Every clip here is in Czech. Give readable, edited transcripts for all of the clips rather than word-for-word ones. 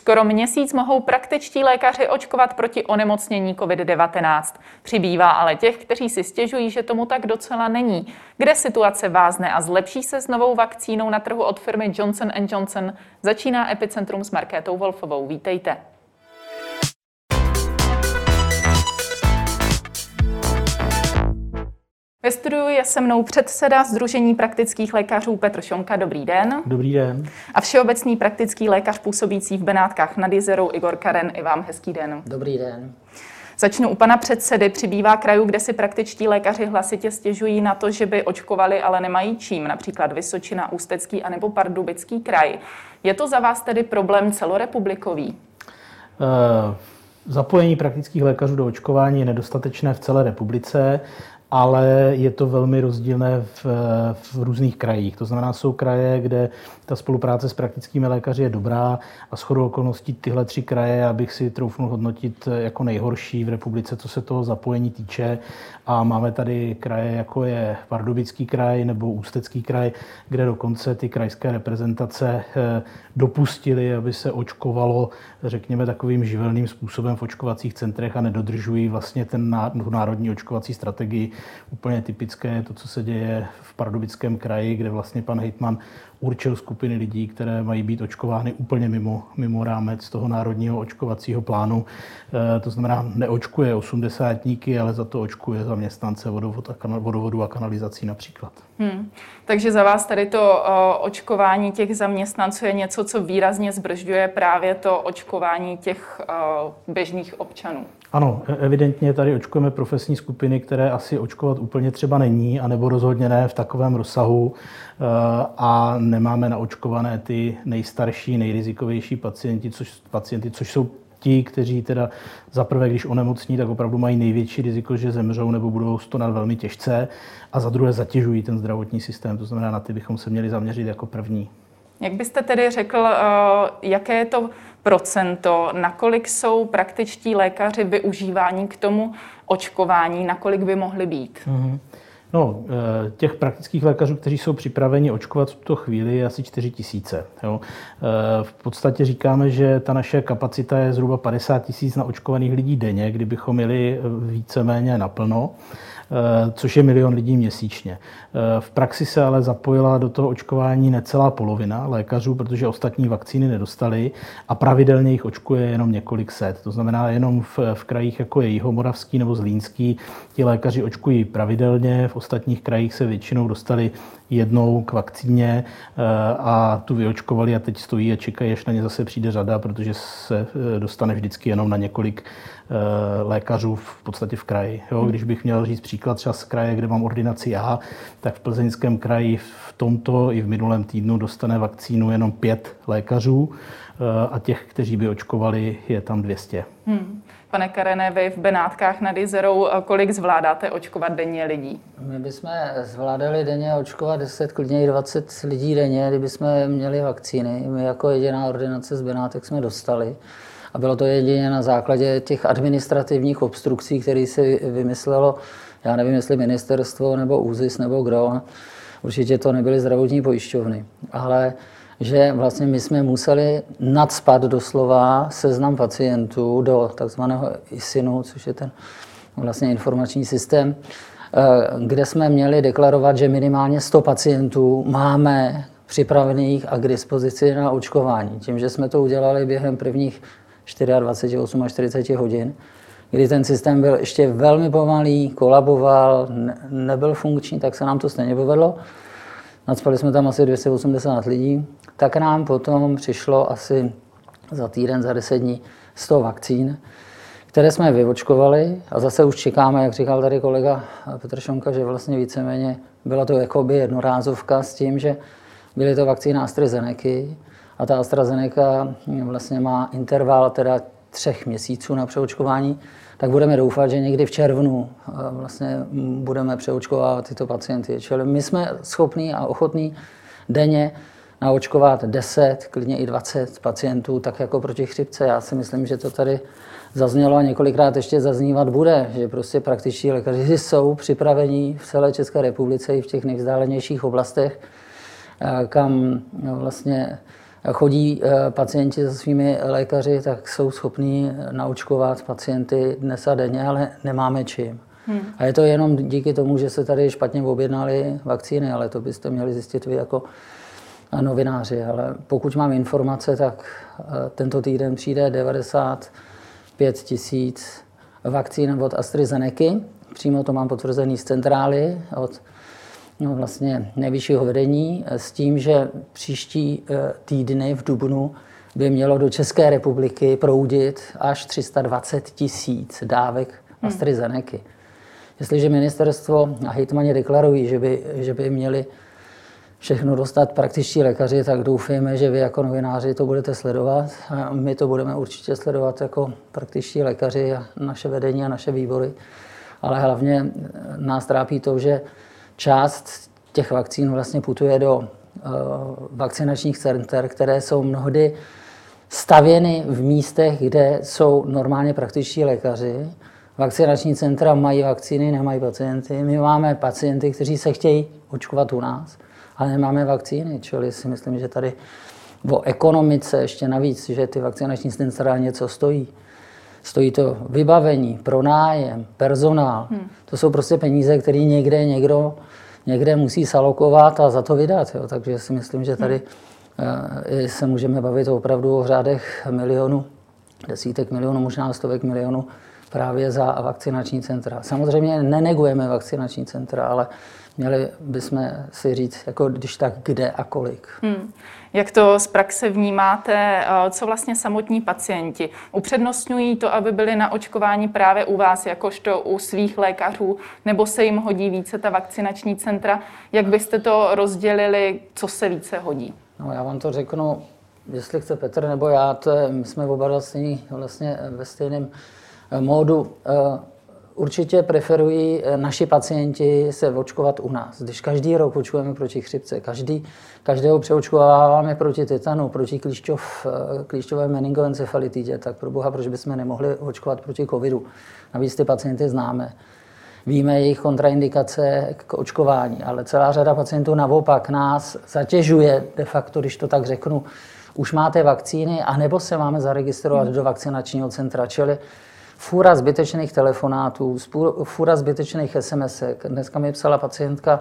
skoro měsíc mohou praktičtí lékaři očkovat proti onemocnění COVID-19. Přibývá ale těch, kteří si stěžují, že tomu tak docela není. Kde situace vázne a zlepší se s novou vakcínou na trhu od firmy Johnson & Johnson, začíná Epicentrum s Markétou Wolfovou. Vítejte. Ve studiu je se mnou předseda Sdružení praktických lékařů Petr Šonka. Dobrý den. Dobrý den. A všeobecný praktický lékař působící v Benátkách nad Jizerou Igor Karen. I vám hezký den. Dobrý den. Začnu u pana předsedy. Přibývá krajů, kde si praktičtí lékaři hlasitě stěžují na to, že by očkovali, ale nemají čím. Například Vysočina, Ústecký anebo Pardubický kraj. Je to za vás tedy problém celorepublikový? Zapojení praktických lékařů do očkování je nedostatečné v celé republice, ale je to velmi rozdílné v různých krajích. To znamená, jsou kraje, kde ta spolupráce s praktickými lékaři je dobrá a shodou okolností tyhle 3 kraje, já bych si troufnul hodnotit jako nejhorší v republice, co se toho zapojení týče. A máme tady kraje, jako je Pardubický kraj nebo Ústecký kraj, kde dokonce ty krajské reprezentace dopustily, aby se očkovalo, řekněme, takovým živelným způsobem v očkovacích centrech a nedodržují vlastně ten národní očkovací strategii. Úplně typické je to, co se děje v Pardubickém kraji, kde vlastně pan hejtman určil skupiny lidí, které mají být očkovány úplně mimo rámec toho národního očkovacího plánu. To znamená, neočkuje 80tníky, ale za to očkuje zaměstnance vodovodu a kanalizací například. Takže za vás tady to očkování těch zaměstnanců je něco, co výrazně zbržďuje právě to očkování těch běžných občanů. Ano, evidentně tady očkujeme profesní skupiny, které asi očkovat úplně třeba není, anebo rozhodně ne v takovém rozsahu a nemáme naočkované ty nejstarší, nejrizikovější pacienty, což jsou ti, kteří teda zaprvé, když onemocní, tak opravdu mají největší riziko, že zemřou nebo budou stonat velmi těžce a za druhé zatěžují ten zdravotní systém. To znamená, na ty bychom se měli zaměřit jako první. Jak byste tedy řekl, jaké je to procento, nakolik jsou praktičtí lékaři využíváni k tomu očkování, nakolik by mohli být? No, těch praktických lékařů, kteří jsou připraveni očkovat v tuto chvíli, je asi 4 000. V podstatě říkáme, že ta naše kapacita je zhruba 50 000 naočkovaných lidí denně, kdybychom měli víceméně naplno, což je 1 000 000 lidí měsíčně. V praxi se ale zapojila do toho očkování necelá polovina lékařů, protože ostatní vakcíny nedostali a pravidelně jich očkuje jenom několik set. To znamená, jenom v krajích, jako je Jihomoravský nebo Zlínský, ti lékaři očkují pravidelně, v ostatních krajích se většinou dostali jednou k vakcíně a tu vyočkovali a teď stojí a čekají, až na ně zase přijde řada, protože se dostane vždycky jenom na několik lékařů v podstatě v kraji. Když bych měl říct příklad třeba z kraje, kde mám ordinaci já, tak v Plzeňském kraji v tomto i v minulém týdnu dostane vakcínu jenom 5 lékařů a těch, kteří by očkovali, je tam 200. Pane Karene, vy v Benátkách nad Jizerou, kolik zvládáte očkovat denně lidí? My bychom zvládali denně očkovat 10, klidně i 20 lidí denně, kdybychom měli vakcíny. My jako jediná ordinace z Benátek jsme dostali. A bylo to jedině na základě těch administrativních obstrukcí, které si vymyslelo, já nevím, jestli ministerstvo, nebo ÚZIS, nebo kdo. Určitě to nebyly zdravotní pojišťovny. Ale že vlastně my jsme museli nacpat doslova seznam pacientů do takzvaného ISINu, což je ten vlastně informační systém, kde jsme měli deklarovat, že minimálně 100 pacientů máme připravených a k dispozici na očkování. Tím, že jsme to udělali během prvních 24, 48 hodin, kdy ten systém byl ještě velmi pomalý, kolaboval, nebyl funkční, tak se nám to stejně povedlo. Nacpali jsme tam asi 280 lidí, tak nám potom přišlo asi za týden, za 10 dní 100 vakcín, které jsme vyočkovali a zase už čekáme, jak říkal tady kolega Petr Šonka, že vlastně víceméně byla to jakoby jednorázovka s tím, že byly to vakcíny AstraZeneca a ta AstraZeneca vlastně má interval teda 3 měsíců na přeočkování, tak budeme doufat, že někdy v červnu vlastně budeme přeočkovávat tyto pacienty. Čili my jsme schopní a ochotní denně naočkovat 10, klidně i 20 pacientů, tak jako proti chřipce. Já si myslím, že to tady zaznělo a několikrát ještě zaznívat bude, že prostě praktičtí lékaři jsou připraveni v celé České republice i v těch nejvzdálenějších oblastech, kam vlastně chodí pacienti se svými lékaři, tak jsou schopní naočkovat pacienty dnes a denně, ale nemáme čím. A je to jenom díky tomu, že se tady špatně objednaly vakcíny, ale to byste měli zjistit vy jako novináři. Ale pokud mám informace, tak tento týden přijde 95 000 vakcín od AstraZenecy. Přímo to mám potvrzený z centrály od vlastně nejvyššího vedení s tím, že příští týdny v dubnu by mělo do České republiky proudit až 320 000 dávek AstraZenecy. Jestliže ministerstvo a hejtmani deklarují, že by měli všechno dostat praktičtí lékaři, tak doufejme, že vy jako novináři to budete sledovat. A my to budeme určitě sledovat jako praktičtí lékaři a naše vedení a naše výbory. Ale hlavně nás trápí to, že část těch vakcín vlastně putuje do vakcinačních center, které jsou mnohdy stavěny v místech, kde jsou normálně praktičtí lékaři. Vakcinační centra mají vakcíny, nemají pacienty. My máme pacienty, kteří se chtějí očkovat u nás, ale nemáme vakcíny. Čili si myslím, že tady o ekonomice ještě navíc, že ty vakcinační centra něco stojí. Stojí to vybavení, pronájem, personál. To jsou prostě peníze, které někde musí salokovat a za to vydat. Jo. Takže si myslím, že tady se můžeme bavit opravdu o řádech milionů, desítek milionů, možná stovek milionů právě za vakcinační centra. Samozřejmě nenegujeme vakcinační centra, ale měli bychom si říct, jako když tak kde a kolik. Jak to z praxe vnímáte, co vlastně samotní pacienti? Upřednostňují to, aby byli na očkování právě u vás, jakožto u svých lékařů, nebo se jim hodí více ta vakcinační centra? Jak byste to rozdělili, co se více hodí? No, já vám to řeknu, jestli chce Petr nebo já, my jsme oba vlastně ve stejném módu. Určitě preferují naši pacienti se očkovat u nás. Když každý rok očkujeme proti chřipce, každého přeočkováváme proti tetanu, proti klíšťové meningoencefalitidě, tak pro boha, proč bychom nemohli očkovat proti covidu? Navíc ty pacienty známe. Víme jejich kontraindikace k očkování, ale celá řada pacientů naopak nás zatěžuje de facto, když to tak řeknu, už máte vakcíny, anebo se máme zaregistrovat do vakcinačního centra, čili fůra zbytečných telefonátů, fůra zbytečných SMSek. Dneska mi psala pacientka,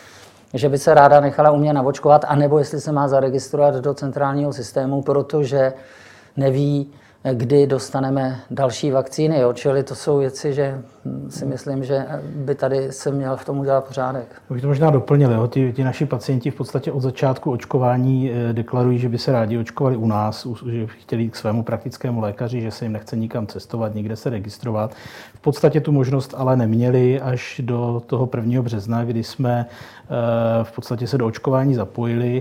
že by se ráda nechala u mě naočkovat, anebo jestli se má zaregistrovat do centrálního systému, protože neví, kdy dostaneme další vakcíny. Jo? Čili to jsou věci, že si myslím, že by tady se měl v tom udělat pořádek. Bych to možná doplnil. Jo? Ti naši pacienti v podstatě od začátku očkování deklarují, že by se rádi očkovali u nás, že chtěli jít k svému praktickému lékaři, že se jim nechce nikam cestovat, nikde se registrovat. V podstatě tu možnost ale neměli až do toho 1. března, kdy jsme v podstatě se do očkování zapojili.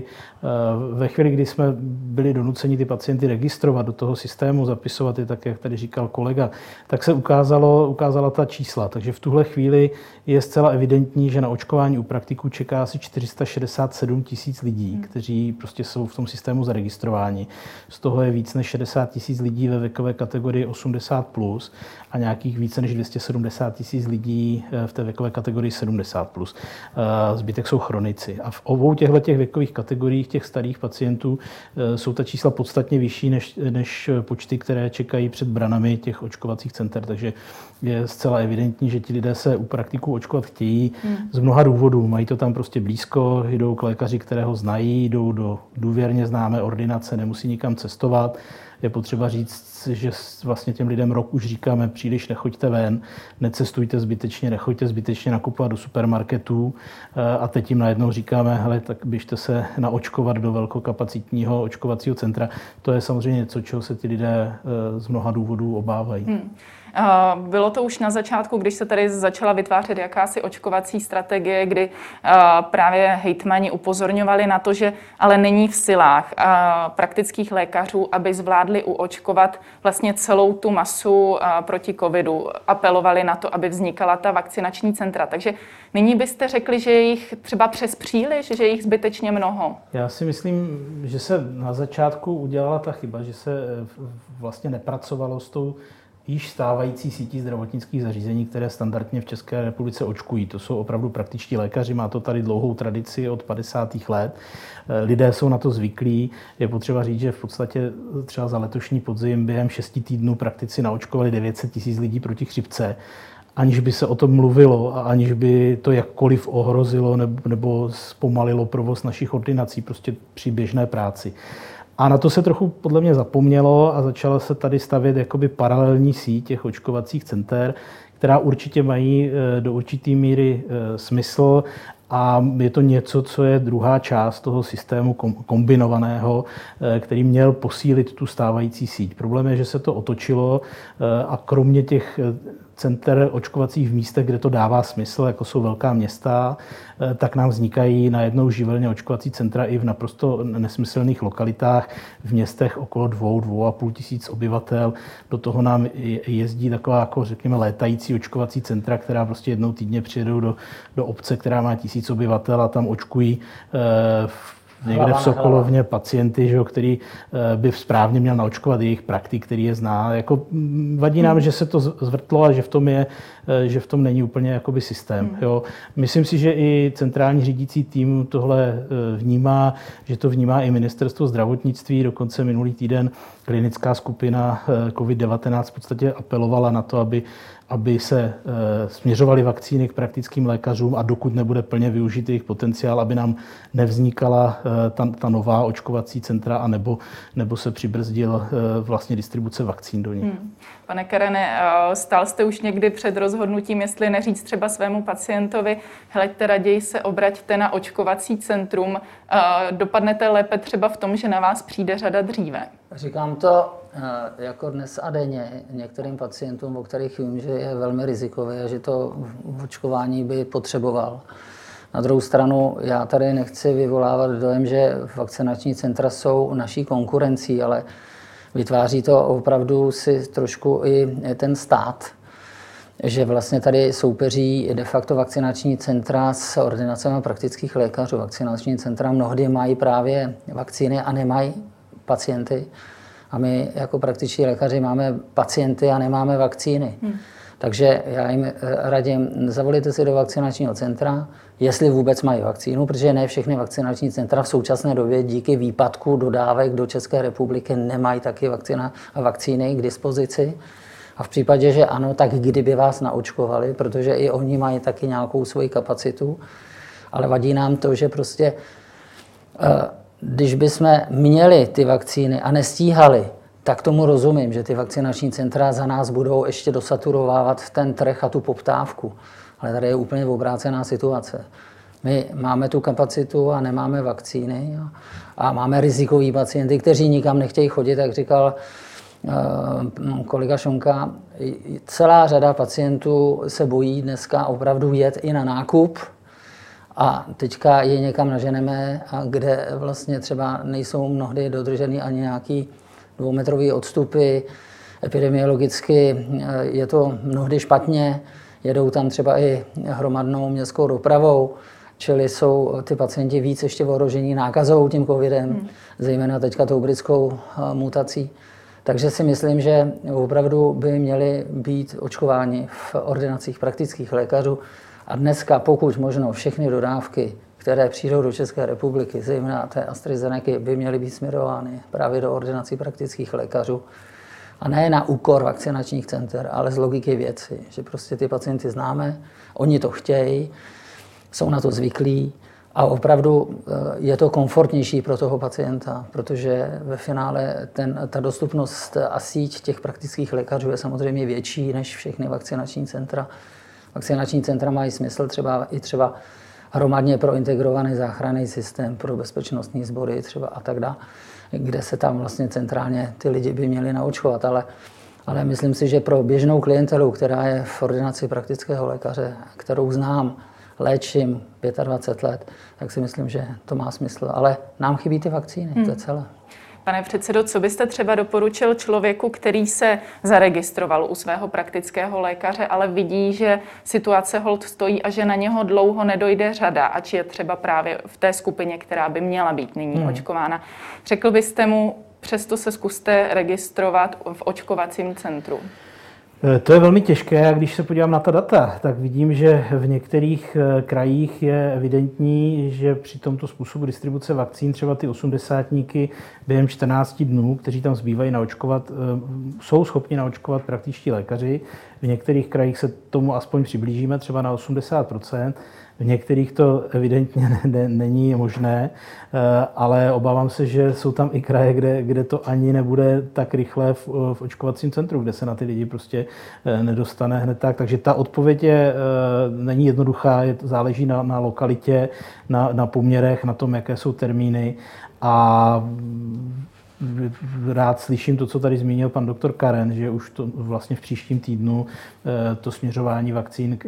Ve chvíli, kdy jsme byli donuceni ty pacienty registrovat do toho systému, zapisovat je tak, jak tady říkal kolega, tak se ukázala ta čísla. Takže v tuhle chvíli je zcela evidentní, že na očkování u praktiků čeká asi 467 000 lidí, kteří prostě jsou v tom systému zaregistrováni. Z toho je víc než 60 000 lidí ve věkové kategorii 80+, a nějakých více než 270 000 lidí v té věkové kategorii 70+. Zbytek jsou chronici. A v obou těchto věkových kategoriích těch starých pacientů jsou ta čísla podstatně vyšší než počty, které čekají před branami těch očkovacích center. Takže je zcela evidentní, že ti lidé se u praktiků očkovat chtějí z mnoha důvodů. Mají to tam prostě blízko, jdou k lékaři, kterého znají, jdou do důvěrně známé ordinace, nemusí nikam cestovat. Je potřeba říct, že vlastně těm lidem rok už říkáme, příliš nechoďte ven, necestujte zbytečně, nechoďte zbytečně nakupovat do supermarketů, a teď jim najednou říkáme, hele, tak běžte se naočkovat do velkokapacitního očkovacího centra. To je samozřejmě něco, čeho se ti lidé z mnoha důvodů obávají. Bylo to už na začátku, když se tady začala vytvářet jakási očkovací strategie, kdy právě hejtmani upozorňovali na to, že ale není v silách praktických lékařů, aby zvládli uočkovat vlastně celou tu masu proti covidu. Apelovali na to, aby vznikala ta vakcinační centra. Takže nyní byste řekli, že je jich třeba přes příliš, že je jich zbytečně mnoho? Já si myslím, že se na začátku udělala ta chyba, že se vlastně nepracovalo s tou již stávající sítí zdravotnických zařízení, které standardně v České republice očkují. To jsou opravdu praktičtí lékaři, má to tady dlouhou tradici od 50. let. Lidé jsou na to zvyklí. Je potřeba říct, že v podstatě třeba za letošní podzim během 6 týdnů praktici naočkovali 900 000 lidí proti chřipce, aniž by se o tom mluvilo a aniž by to jakkoliv ohrozilo nebo zpomalilo provoz našich ordinací prostě při běžné práci. A na to se trochu podle mě zapomnělo a začala se tady stavět jakoby paralelní síť těch očkovacích center, která určitě mají do určité míry smysl a je to něco, co je druhá část toho systému kombinovaného, který měl posílit tu stávající síť. Problém je, že se to otočilo a kromě těch center očkovacích v místech, kde to dává smysl, jako jsou velká města, tak nám vznikají najednou živelně očkovací centra i v naprosto nesmyslných lokalitách, v městech okolo 2,5 tisíc obyvatel. Do toho nám jezdí taková, jako řekněme, létající očkovací centra, která prostě jednou týdně přijedou do obce, která má 1000 obyvatel a tam očkují někde v Sokolovně pacienty, že, který by správně měl naočkovat jejich praktik, který je zná. Jako, vadí nám, že se to zvrtlo a že v tom není úplně jakoby systém. Jo. Myslím si, že i centrální řídící tým tohle vnímá, že to vnímá i ministerstvo zdravotnictví. Dokonce minulý týden klinická skupina COVID-19 v podstatě apelovala na to, aby se směřovaly vakcíny k praktickým lékařům a dokud nebude plně využít jejich potenciál, aby nám nevznikala ta nová očkovací centra a nebo se přibrzdil vlastně distribuce vakcín do nich. Pane Kerene, stál jste už někdy před rozhodnutím, jestli neříct třeba svému pacientovi, hleďte, raději se obraťte na očkovací centrum, dopadnete lépe třeba v tom, že na vás přijde řada dříve? Říkám to jako dnes a denně některým pacientům, o kterých vím, že je velmi rizikové a že to očkování by potřeboval. Na druhou stranu, já tady nechci vyvolávat dojem, že vakcinační centra jsou naší konkurencí, ale vytváří to opravdu si trošku i ten stát, že vlastně tady soupeří de facto vakcinační centra s ordinacemi praktických lékařů. Vakcinační centra mnohdy mají právě vakcíny a nemají pacienty. A my jako praktičtí lékaři máme pacienty a nemáme vakcíny. Takže já jim radím, zavolejte si do vakcinačního centra, jestli vůbec mají vakcínu, protože ne všechny vakcinační centra v současné době díky výpadku dodávek do České republiky nemají taky vakcíny k dispozici. A v případě, že ano, tak kdyby vás naočkovali, protože i oni mají taky nějakou svoji kapacitu, ale vadí nám to, že prostě když bychom měli ty vakcíny a nestíhali, tak tomu rozumím, že ty vakcinační centra za nás budou ještě dosaturovávat ten trh a tu poptávku. Ale tady je úplně obrácená situace. My máme tu kapacitu a nemáme vakcíny a máme rizikový pacienty, kteří nikam nechtějí chodit, jak říkal kolega Šonka. Celá řada pacientů se bojí dneska opravdu jet i na nákup, a teďka je někam naženeme, a kde vlastně třeba nejsou mnohdy dodrženy ani nějaký 2metrový odstupy. Epidemiologicky je to mnohdy špatně, jedou tam třeba i hromadnou městskou dopravou, čili jsou ty pacienti víc ještě ohrožení nákazou tím covidem, zejména teďka tou britskou mutací. Takže si myslím, že opravdu by měli být očkováni v ordinacích praktických lékařů. A dneska, pokud možno, všechny dodávky, které přijdou do České republiky, zejména té AstraZeneca, by měly být směrovány právě do ordinací praktických lékařů. A ne na úkor vakcinačních center, ale z logiky věci, že prostě ty pacienty známe, oni to chtějí, jsou na to zvyklí a opravdu je to komfortnější pro toho pacienta, protože ve finále ta dostupnost a síť těch praktických lékařů je samozřejmě větší než všechny vakcinační centra. Vakcinační centra mají smysl třeba hromadně prointegrovaný záchranný systém pro bezpečnostní sbory třeba a tak dále, kde se tam vlastně centrálně ty lidi by měli naočkovat. Ale myslím si, že pro běžnou klientelu, která je v ordinaci praktického lékaře, kterou znám, léčím 25 let, tak si myslím, že to má smysl. Ale nám chybí ty vakcíny, to je celé. Pane předsedo, co byste třeba doporučil člověku, který se zaregistroval u svého praktického lékaře, ale vidí, že situace holt stojí a že na něho dlouho nedojde řada, ač je třeba právě v té skupině, která by měla být nyní očkována. Řekl byste mu, přesto se zkuste registrovat v očkovacím centru? To je velmi těžké a když se podívám na ta data, tak vidím, že v některých krajích je evidentní, že při tomto způsobu distribuce vakcín třeba ty 80tníky během 14 dnů, kteří tam zbývají naočkovat, jsou schopni naočkovat praktičtí lékaři. V některých krajích se tomu aspoň přiblížíme, třeba na 80%. V některých to evidentně není možné, ale obávám se, že jsou tam i kraje, kde to ani nebude tak rychle v očkovacím centru, kde se na ty lidi prostě nedostane hned tak. Takže ta odpověď není jednoduchá, záleží na lokalitě, na poměrech, na tom, jaké jsou termíny. A rád slyším to, co tady zmínil pan doktor Karen, že už to vlastně v příštím týdnu to směřování vakcín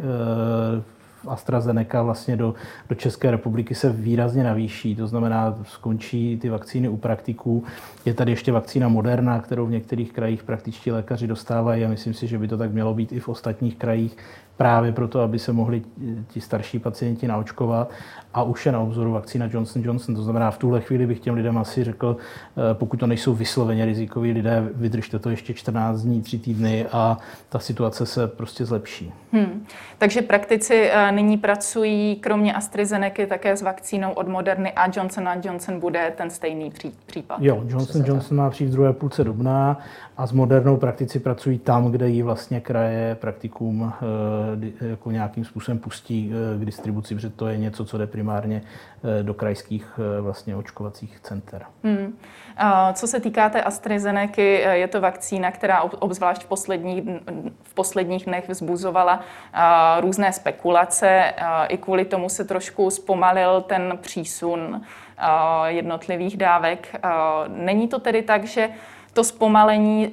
AstraZeneca vlastně do České republiky se výrazně navýší, to znamená, skončí ty vakcíny u praktiků. Je tady ještě vakcína Moderna, kterou v některých krajích praktičtí lékaři dostávají a myslím si, že by to tak mělo být i v ostatních krajích, právě proto, aby se mohli ti starší pacienti naočkovat. A už je na obzoru vakcína Johnson & Johnson. To znamená, v tuhle chvíli bych těm lidem asi řekl, pokud to nejsou vysloveně rizikoví lidé, vydržte to ještě 14 dní, 3 týdny a ta situace se prostě zlepší. Takže praktici nyní pracují kromě AstraZeneca také s vakcínou od Moderny a Johnson & Johnson bude ten stejný případ. Jo, Johnson & Johnson má přijít v druhé půlce dubna a s Modernou praktici pracují tam, kde ji vlastně kraje praktikům jako nějakým způsobem pustí k distribuci, protože to je něco, co jde primárně do krajských vlastně očkovacích center. Co se týká té AstraZeneca, je to vakcína, která obzvlášť v posledních dnech vzbuzovala různé spekulace. I kvůli tomu se trošku zpomalil ten přísun jednotlivých dávek. Není to tedy tak, že to zpomalení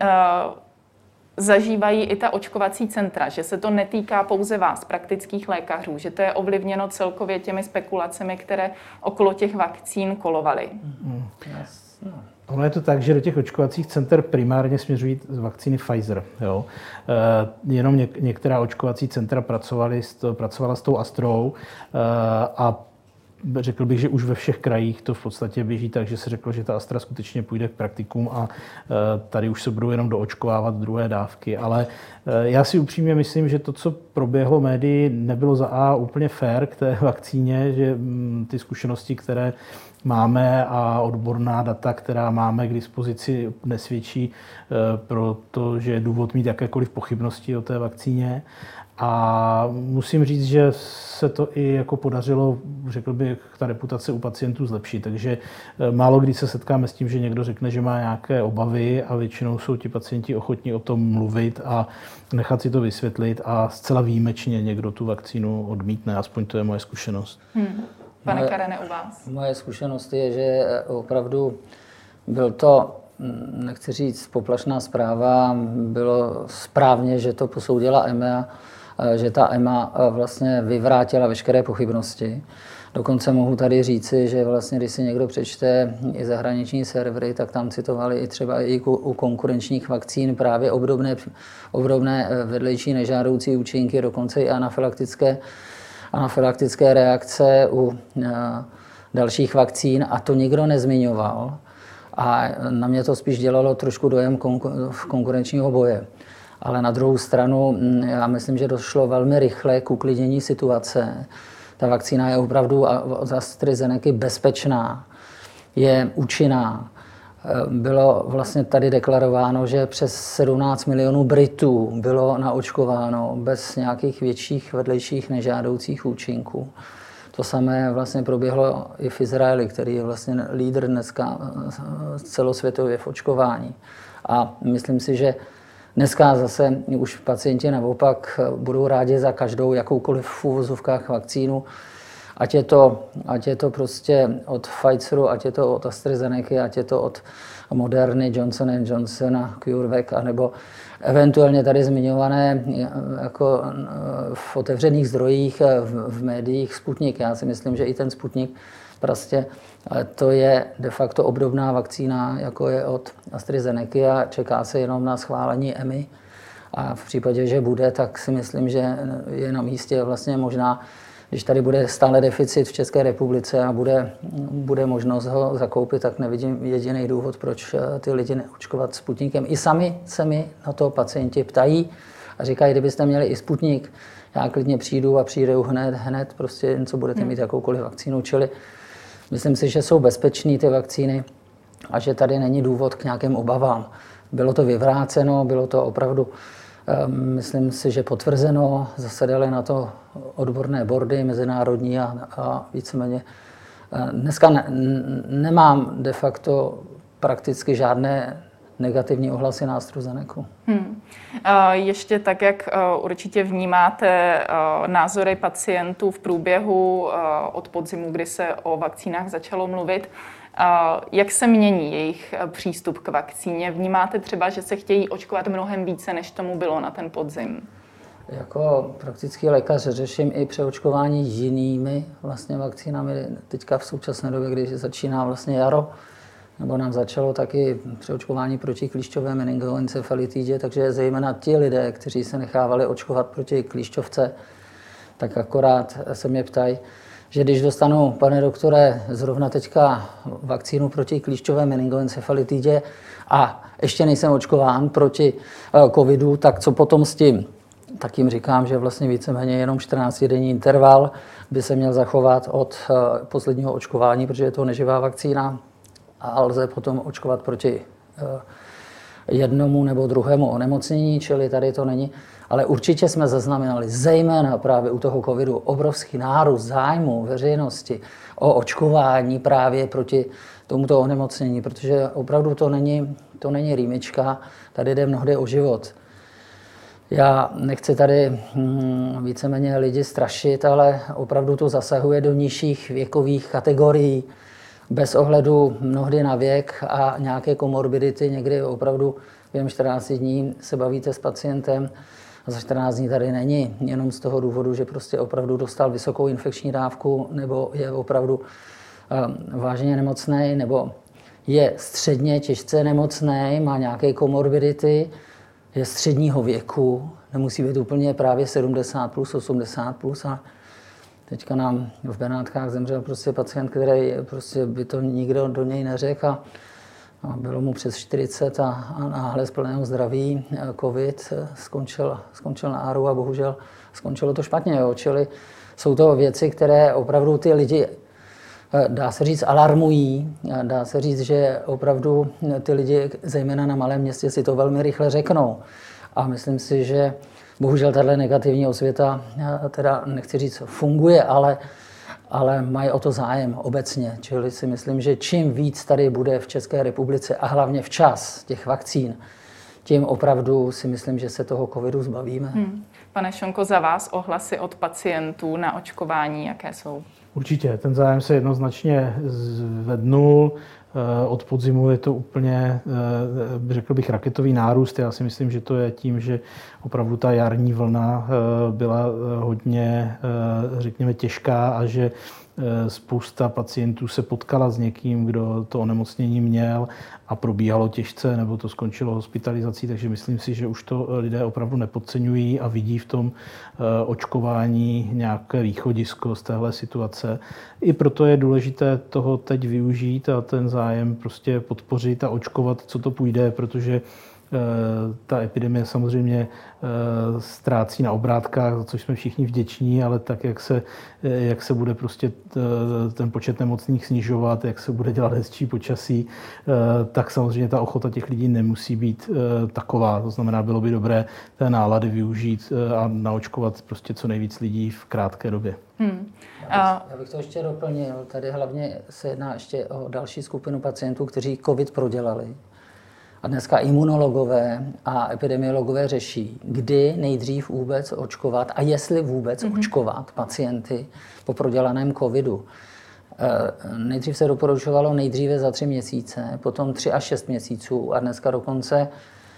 zažívají i ta očkovací centra, že se to netýká pouze vás, praktických lékařů, že to je ovlivněno celkově těmi spekulacemi, které okolo těch vakcín kolovaly? Ono je to tak, že do těch očkovacích center primárně směřují z vakcíny Pfizer. Jo. Jenom některá očkovací centra pracovala s tou Astrou a řekl bych, že už ve všech krajích to v podstatě běží tak, že se řeklo, že ta Astra skutečně půjde k praktikům a tady už se budou jenom doočkovávat druhé dávky. Ale já si upřímně myslím, že to, co proběhlo médii, nebylo za A úplně fair k té vakcíně, že ty zkušenosti, které máme a odborná data, která máme k dispozici, nesvědčí proto, že je důvod mít jakékoliv pochybnosti o té vakcíně. A musím říct, že se to i jako podařilo, řekl bych, ta reputace u pacientů zlepšit. Takže málo kdy se setkáme s tím, že někdo řekne, že má nějaké obavy a většinou jsou ti pacienti ochotní o tom mluvit a nechat si to vysvětlit a zcela výjimečně někdo tu vakcínu odmítne, aspoň to je moje zkušenost. Pane Karene, u vás? Moje zkušenost je, že opravdu byl to, nechci říct poplašná zpráva, bylo správně, že to posoudila EMA, že ta EMA vlastně vyvrátila veškeré pochybnosti. Dokonce mohu tady říci, že vlastně, když si někdo přečte i zahraniční servery, tak tam citovali i třeba i u konkurenčních vakcín právě obdobné vedlejší nežádoucí účinky, dokonce i anafylaktické reakce u dalších vakcín a to nikdo nezmiňoval. A na mě to spíš dělalo trošku dojem konkurenčního boje. Ale na druhou stranu, já myslím, že došlo velmi rychle k uklidnění situace. Ta vakcína je opravdu od AstraZeneca bezpečná, je účinná. Bylo vlastně tady deklarováno, že přes 17 milionů Britů bylo naočkováno bez nějakých větších vedlejších nežádoucích účinků. To samé vlastně proběhlo i v Izraeli, který je vlastně lídr dneska celosvětově v očkování. A myslím si, že dneska zase už pacienti naopak budou rádi za každou jakoukoliv v úvozovkách vakcínu, ať je to prostě od Pfizeru, ať je to od AstraZeneca, ať je to od Moderny, Johnson & Johnson, CureVac, anebo eventuálně tady zmiňované jako v otevřených zdrojích, v médiích Sputnik. Já si myslím, že i ten Sputnik prostě to je de facto obdobná vakcína, jako je od AstraZeneca a čeká se jenom na schválení EMA. A v případě, že bude, tak si myslím, že je na místě vlastně možná, když tady bude stále deficit v České republice a bude možnost ho zakoupit, tak nevidím jediný důvod, proč ty lidi neočkovat Sputnikem. I sami se mi na to pacienti ptají A říkají, kdybyste měli i Sputnik, já klidně přijdu a přijdou hned prostě jen co budete mít jakoukoliv vakcínu. Čili myslím si, že jsou bezpečné ty vakcíny a že tady není důvod k nějakým obavám. Bylo to vyvráceno, bylo to opravdu, myslím si, že potvrzeno, zasedaly na to odborné bordy mezinárodní a víceméně. Dneska nemám de facto prakticky žádné negativní ohlasy na AstraZenecu. Ještě tak, jak určitě vnímáte názory pacientů v průběhu od podzimu, kdy se o vakcínách začalo mluvit, jak se mění jejich přístup k vakcíně? Vnímáte třeba, že se chtějí očkovat mnohem více, než tomu bylo na ten podzim? Jako praktický lékař řeším i přeočkování jinými vlastně vakcínami. Teďka v současné době, když začíná vlastně jaro, nebo nám začalo taky přeočkování proti klíšťové meningoencefalitidě, takže zejména ti lidé, kteří se nechávali očkovat proti klíšťovce, tak akorát se mě ptají, že když dostanu, pane doktore, zrovna teďka vakcínu proti klíšťové meningoencefalitidě a ještě nejsem očkován proti covidu, tak co potom s tím? Tak jim říkám, že vlastně víceméně jenom 14-denní interval by se měl zachovat od posledního očkování, protože je to neživá vakcína a lze potom očkovat proti jednomu nebo druhému onemocnění, čili tady to není. Ale určitě jsme zaznamenali, zejména právě u toho covidu, obrovský nárůst zájmu veřejnosti o očkování právě proti tomuto onemocnění, protože opravdu to není rýmička, tady jde mnohdy o život. Já nechci tady víceméně lidi strašit, ale opravdu to zasahuje do nižších věkových kategorií, bez ohledu mnohdy na věk a nějaké komorbidity. Někdy opravdu během 14 dní se bavíte s pacientem a za 14 dní tady není, jenom z toho důvodu, že prostě opravdu dostal vysokou infekční dávku nebo je opravdu vážně nemocný, nebo je středně těžce nemocný, má nějaké komorbidity, je středního věku, nemusí být úplně právě 70 plus, 80 plus a teďka nám v Benátkách zemřel prostě pacient, který prostě by to nikdo do něj neřekl a bylo mu přes 40 a náhle z plného zdraví covid skončil na ARU a bohužel skončilo to špatně. Jo. Čili jsou to věci, které opravdu ty lidi, dá se říct, alarmují. Dá se říct, že opravdu ty lidi, zejména na malém městě, si to velmi rychle řeknou. A myslím si, že bohužel tato negativní osvěta, teda nechci říct funguje, ale mají o to zájem obecně. Čili si myslím, že čím víc tady bude v České republice a hlavně včas těch vakcín, tím opravdu si myslím, že se toho covidu zbavíme. Pane Šonko, za vás ohlasy od pacientů na očkování, jaké jsou? Určitě, ten zájem se jednoznačně zvednul. Od podzimu je to úplně, řekl bych, raketový nárůst. Já si myslím, že to je tím, že opravdu ta jarní vlna byla hodně, řekněme, těžká a že spousta pacientů se potkala s někým, kdo to onemocnění měl a probíhalo těžce nebo to skončilo hospitalizací, takže myslím si, že už to lidé opravdu nepodceňují a vidí v tom očkování nějaké východisko z téhle situace. I proto je důležité toho teď využít a ten zájem prostě podpořit a očkovat, co to půjde, protože ta epidemie samozřejmě ztrácí na obrátkách, za což jsme všichni vděční, ale tak, jak se bude prostě ten počet nemocných snižovat, jak se bude dělat hezčí počasí, tak samozřejmě ta ochota těch lidí nemusí být taková. To znamená, bylo by dobré té nálady využít a naočkovat prostě co nejvíc lidí v krátké době. Já bych to ještě doplnil. Tady hlavně se jedná ještě o další skupinu pacientů, kteří covid prodělali. A dneska imunologové a epidemiologové řeší, kdy nejdřív vůbec očkovat a jestli vůbec očkovat pacienty po prodělaném covidu. Nejdřív se doporučovalo nejdříve za 3 měsíce, potom 3 až 6 měsíců a dneska dokonce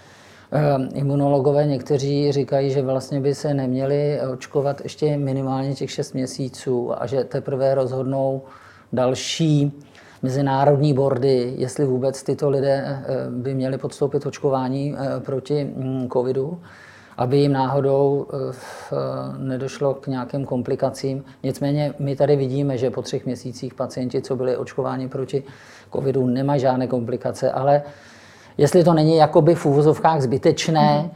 imunologové někteří říkají, že vlastně by se neměli očkovat ještě minimálně těch 6 měsíců a že teprve rozhodnou další mezinárodní bordy, jestli vůbec tyto lidé by měli podstoupit očkování proti covidu, aby jim náhodou nedošlo k nějakým komplikacím. Nicméně my tady vidíme, že po 3 měsících pacienti, co byli očkováni proti covidu, nemají žádné komplikace, ale jestli to není jakoby v úvozovkách zbytečné,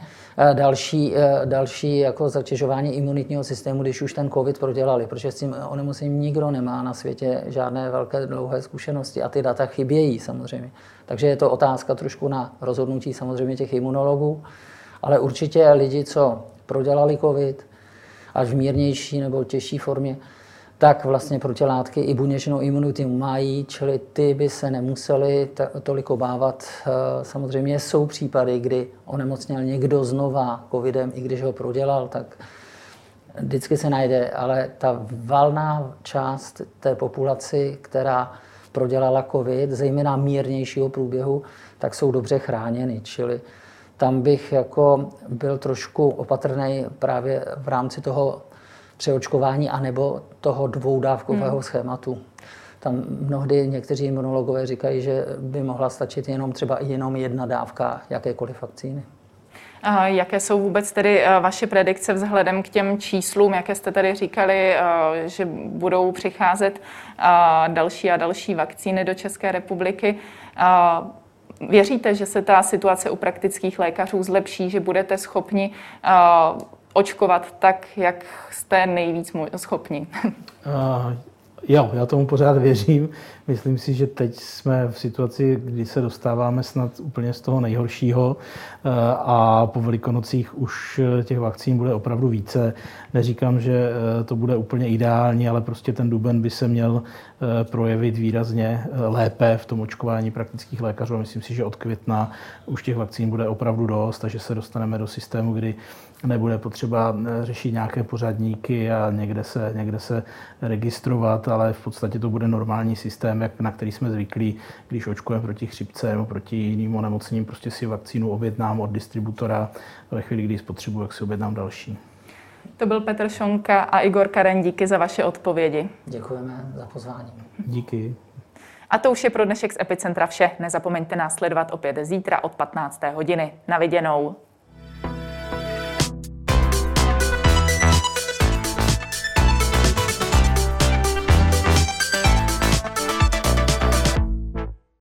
další jako zatěžování imunitního systému, když už ten covid prodělali, protože s tím onemocněním nikdo nemá na světě žádné velké dlouhé zkušenosti a ty data chybějí samozřejmě. Takže je to otázka trošku na rozhodnutí samozřejmě těch imunologů, ale určitě lidi, co prodělali covid, až v mírnější nebo těžší formě, tak vlastně protilátky i buněčnou imunitu mají, čili ty by se nemuseli tolik obávat. Samozřejmě jsou případy, kdy onemocněl někdo znova covidem, i když ho prodělal, tak vždycky se najde, ale ta valná část té populaci, která prodělala covid, zejména mírnějšího průběhu, tak jsou dobře chráněny, čili tam bych jako byl trošku opatrný právě v rámci toho přeočkování anebo toho dvoudávkového schématu. Tam mnohdy někteří imunologové říkají, že by mohla stačit třeba jenom jedna dávka jakékoliv vakcíny. A jaké jsou vůbec tedy vaše predikce vzhledem k těm číslům, jaké jste tady říkali, že budou přicházet další a další vakcíny do České republiky? Věříte, že se ta situace u praktických lékařů zlepší, že budete schopni očkovat tak, jak jste nejvíc schopni? Jo, já tomu pořád věřím. Myslím si, že teď jsme v situaci, kdy se dostáváme snad úplně z toho nejhoršího a po Velikonocích už těch vakcín bude opravdu více. Neříkám, že to bude úplně ideální, ale prostě ten duben by se měl projevit výrazně lépe v tom očkování praktických lékařů. Myslím si, že od května už těch vakcín bude opravdu dost, takže se dostaneme do systému, kdy nebude potřeba řešit nějaké pořadníky a někde se registrovat, ale v podstatě to bude normální systém, na který jsme zvyklí, když očkujeme proti chřipce nebo proti jiným onemocněním, prostě si vakcínu objednám od distributora, ve chvíli, kdy ji spotřebuji, jak si objednám další. To byl Petr Šonka a Igor Karen, díky za vaše odpovědi. Děkujeme za pozvání. Díky. A to už je pro dnešek z Epicentra vše. Nezapomeňte nás sledovat opět zítra od 15. hodiny. Na viděnou.